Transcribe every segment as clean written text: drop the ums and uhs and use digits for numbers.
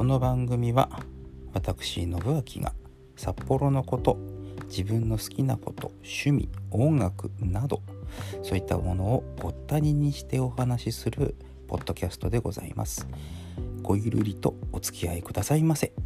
この番組は私信明が札幌のこと、自分の好きなこと、趣味、音楽などそういったものをごったににしてお話しするポッドキャストでございます。ごゆるりとお付き合いくださいませ。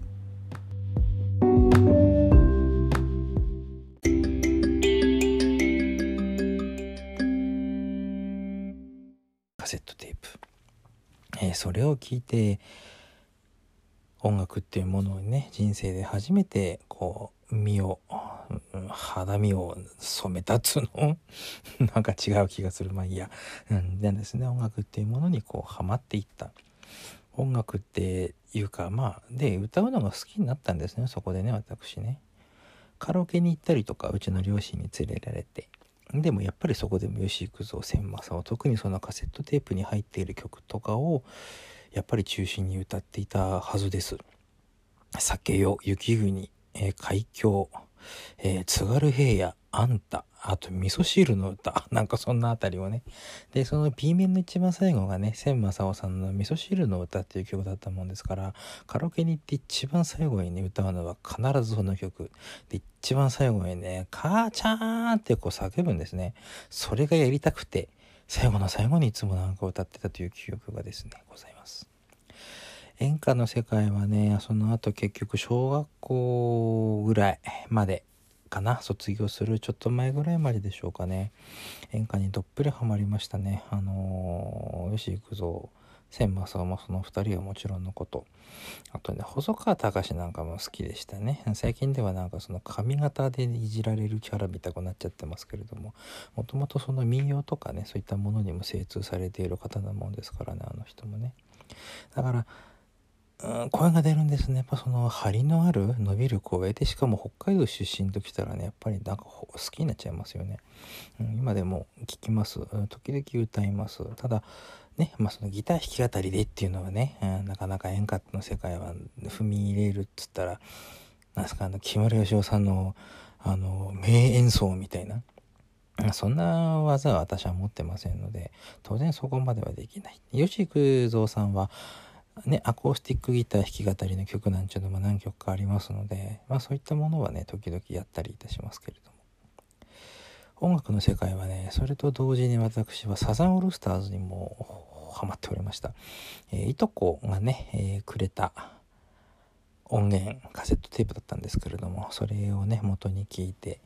カセットテープ、それを聞いて音楽っていうものをね、人生で初めてこう肌身を染めたっつうのなんか違う気がする。まあいいや。でですね、音楽っていうものにこうハマっていった。音楽っていうかで歌うのが好きになったんですね。そこでね、私ね、カラオケに行ったりとかうちの両親に連れられて、でもやっぱりそこでも吉幾三、千昌夫、特にそのカセットテープに入っている曲とかをやっぱり中心に歌っていたはずです。酒よ、雪国、海峡、津軽平野、あんた、あと味噌汁の歌、なんかそんなあたりをね。でその B 面の一番最後がね、千昌夫さんの味噌汁の歌っていう曲だったもんですから、カラオケに行って一番最後にね歌うのは必ずその曲で、一番最後にね母ちゃんってこう叫ぶんですね。それがやりたくて最後の最後にいつもなんか歌ってたという記憶がですねございます。演歌の世界はね、その後結局小学校ぐらいまでかな、卒業するちょっと前ぐらいまででしょうかね、演歌にどっぷりハマりましたね。吉幾三、千昌夫もその2人はもちろんのこと、あとね細川たかしなんかも好きでしたね。最近ではなんかその髪型でいじられるキャラみたくなっちゃってますけれども、もともとその民謡とかね、そういったものにも精通されている方なもんですからね、あの人もね。だから声が出るんですね。やっぱその張りのある伸びる声で、しかも北海道出身ときたらね、やっぱりなんか好きになっちゃいますよね。今でも聞きます。時々歌います。ただね、そのギター弾き語りでっていうのはね、なかなか演歌の世界は踏み入れるっつったら、なんですか、木村佳乃さんの名演奏みたいな、そんな技は私は持ってませんので、当然そこまではできない。吉幾三さんはね、アコースティックギター弾き語りの曲なんちゅうのも何曲かありますので、そういったものはね時々やったりいたしますけれども、音楽の世界はね、それと同時に私はサザンオールスターズにもハマっておりました。いとこがね、くれた音源カセットテープだったんですけれども、それをね元に聞いて、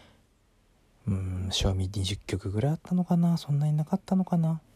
賞味20曲ぐらいあったのかな、そんなになかったのかな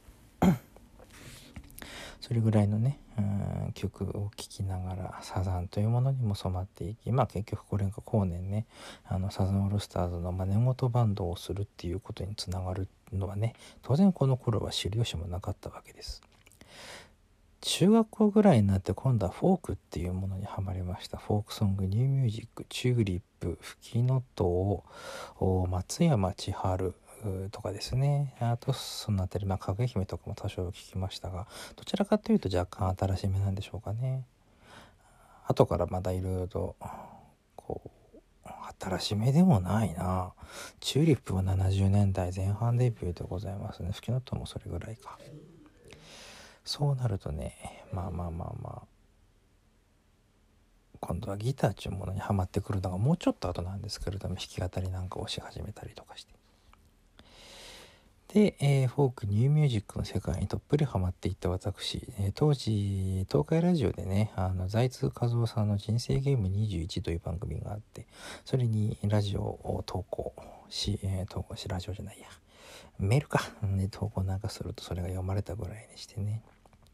それぐらいのね、曲を聴きながらサザンというものにも染まっていき、結局これが後年ね、サザンオールスターズの真似事バンドをするっていうことにつながるのはね、当然この頃は知る由もなかったわけです。中学校ぐらいになって今度はフォークっていうものにはまりました。フォークソング、ニューミュージック、チューリップ、フキノトウ、松山千春とかですね。あとそのあたり、かぐや姫とかも多少聞きましたが、どちらかというと若干新しめなんでしょうかね。後からまだいろいろとこう新しめでもないな。チューリップは70年代前半デビューでございますね。フキノトウもそれぐらいか。そうなるとね、今度はギターっていうものにはまってくるのがもうちょっと後なんですけれども、弾き語りなんかをし始めたりとかしてで、フォークニューミュージックの世界にどっぷりハマっていった私、当時東海ラジオでね、財津和夫さんの人生ゲーム21という番組があって、それにラジオを投稿しラジオじゃないや、メールか、投稿なんかするとそれが読まれたぐらいにしてね、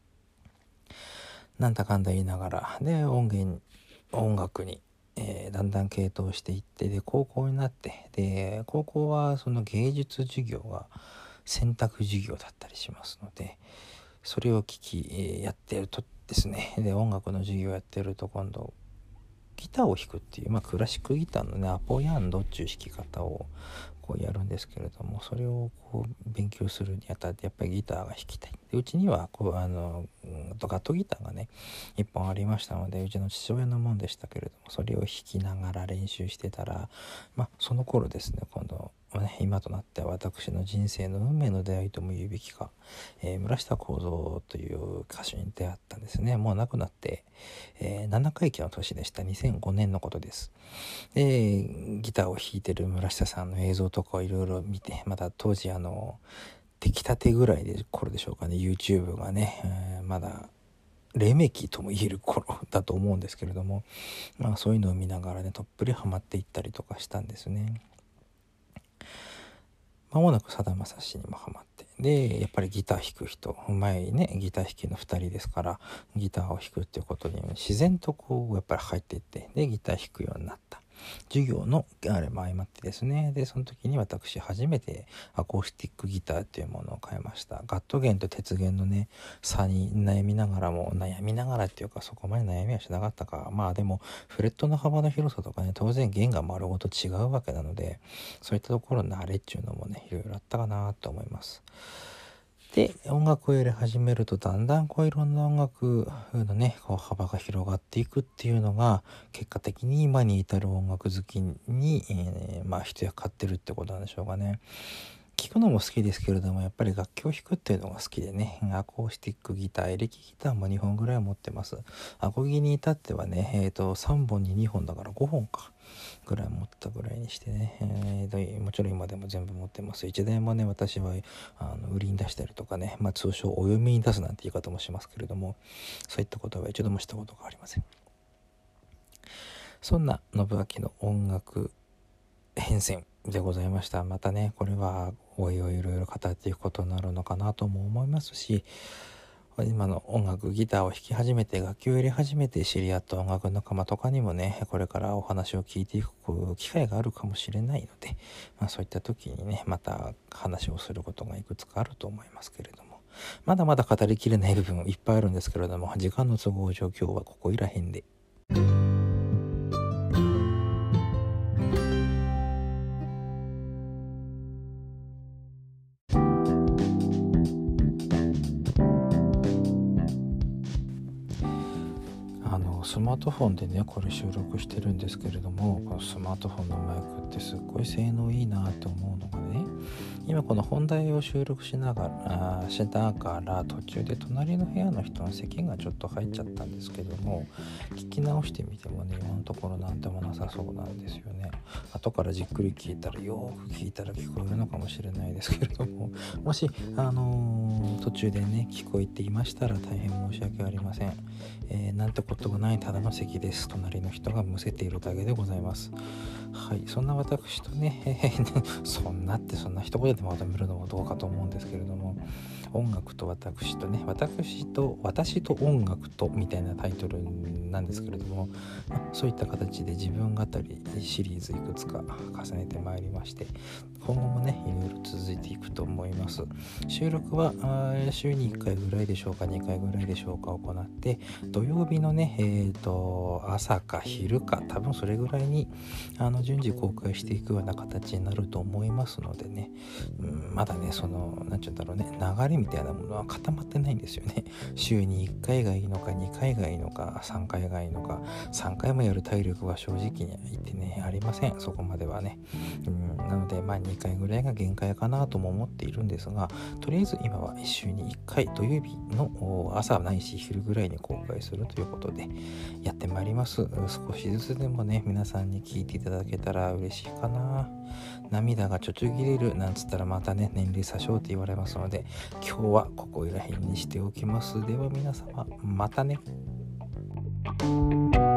なんだかんだ言いながらで音楽に、だんだん傾倒していって、で高校になって、で高校はその芸術授業が選択授業だったりしますので、それをやってるとですね、で音楽の授業やってると今度ギターを弾くっていう、クラシックギターのねアポヤンドっていう弾き方をこうやるんですけれども、それをこう勉強するにあたってやっぱりギターが弾きたい。でうちにはこうガットギターがね一本ありましたので、うちの父親のもんでしたけれども、それを弾きながら練習してたら、その頃ですね、今度今となっては私の人生の運命の出会いとも言うべきか、村下幸三という歌手に出会ったんですね。もう亡くなって、7回忌の年でした。2005年のことです。でギターを弾いてる村下さんの映像とかをいろいろ見て、また当時出来たてぐらいで頃でしょうかね、 YouTube がね、まだ黎明期とも言える頃だと思うんですけれども、そういうのを見ながらね、どっぷりハマっていったりとかしたんですね。間もなくさだまさしにもハマって、でやっぱりギター弾く人、うまいねギター弾きの2人ですから、ギターを弾くっていうことに自然とやっぱり入っていって、でギター弾くようになった。授業のあれも相まってですね、でその時に私初めてアコースティックギターっていうものを買いました。ガット弦と鉄弦のね差に悩みながらっていうか、そこまで悩みはしなかったか。でもフレットの幅の広さとかね、当然弦が丸ごと違うわけなので、そういったところの慣れっていうのもねいろいろあったかなと思います。で音楽をやり始めると、だんだんいろんな音楽のね幅が広がっていくっていうのが、結果的に今に至る音楽好きに、一役買ってるってことなんでしょうかね。聴くのも好きですけれども、やっぱり楽器を弾くっていうのが好きでね、アコースティックギター、エレキギターも2本ぐらい持ってます。アコギに至ってはね、3本に2本だから5本かぐらい持ったぐらいにしてね、もちろん今でも全部持ってます。1台もね、私は売りに出したりとかね、通称お嫁に出すなんて言い方もしますけれども、そういったことは一度もしたことがありません。そんな信明の音楽変遷でございました。またね、これはおいおいいろいろ語っていくことになるのかなとも思いますし、今の音楽ギターを弾き始めて、楽器を入れ始めて知り合った音楽仲間とかにもね、これからお話を聞いていく機会があるかもしれないので、そういった時にねまた話をすることがいくつかあると思いますけれども、まだまだ語りきれない部分いっぱいあるんですけれども、時間の都合上今日はここいらへんで。スマートフォンでねこれ収録してるんですけれども、このスマートフォンのマイクってすっごい性能いいなって思うのがね、今この本題を収録しながら途中で隣の部屋の人の咳がちょっと入っちゃったんですけども、聞き直してみてもね今のところなんでもなさそうなんですよね。後からじっくり聞いたら、よーく聞いたら聞こえるのかもしれないですけれども、もし途中でね聞こえていましたら大変申し訳ありません。なんてことがないただの咳です。隣の人がむせているだけでございます。はい、そんな私とね、そんな一言でまとめるのもどうかと思うんですけれども、音楽と私と音楽とみたいなタイトルなんですけれども、そういった形で自分語りシリーズいくつか重ねてまいりまして、今後もねいろいろ続いていくと思います。収録は週に1回ぐらいでしょうか、2回ぐらいでしょうか行って、土曜日のね朝か昼か多分それぐらいに順次公開していくような形になると思いますのでね、まだねなんちゅうんだろうね、流れみたいなものは固まってないんですよね。週に1回がいいのか2回がいいのか3回がいいのか、3回もやる体力は正直に言ってねありません。そこまではね。なので2回ぐらいが限界かなとも思っているんですが、とりあえず今は週に1回土曜日の朝ないし昼ぐらいに公開するということでやってまいります。少しずつでもね皆さんに聞いていただけたら嬉しいかな。涙がちょちょぎれるなんつったらまたね年齢詐称って言われますので、今日はここいら辺にしておきます。では皆様またね。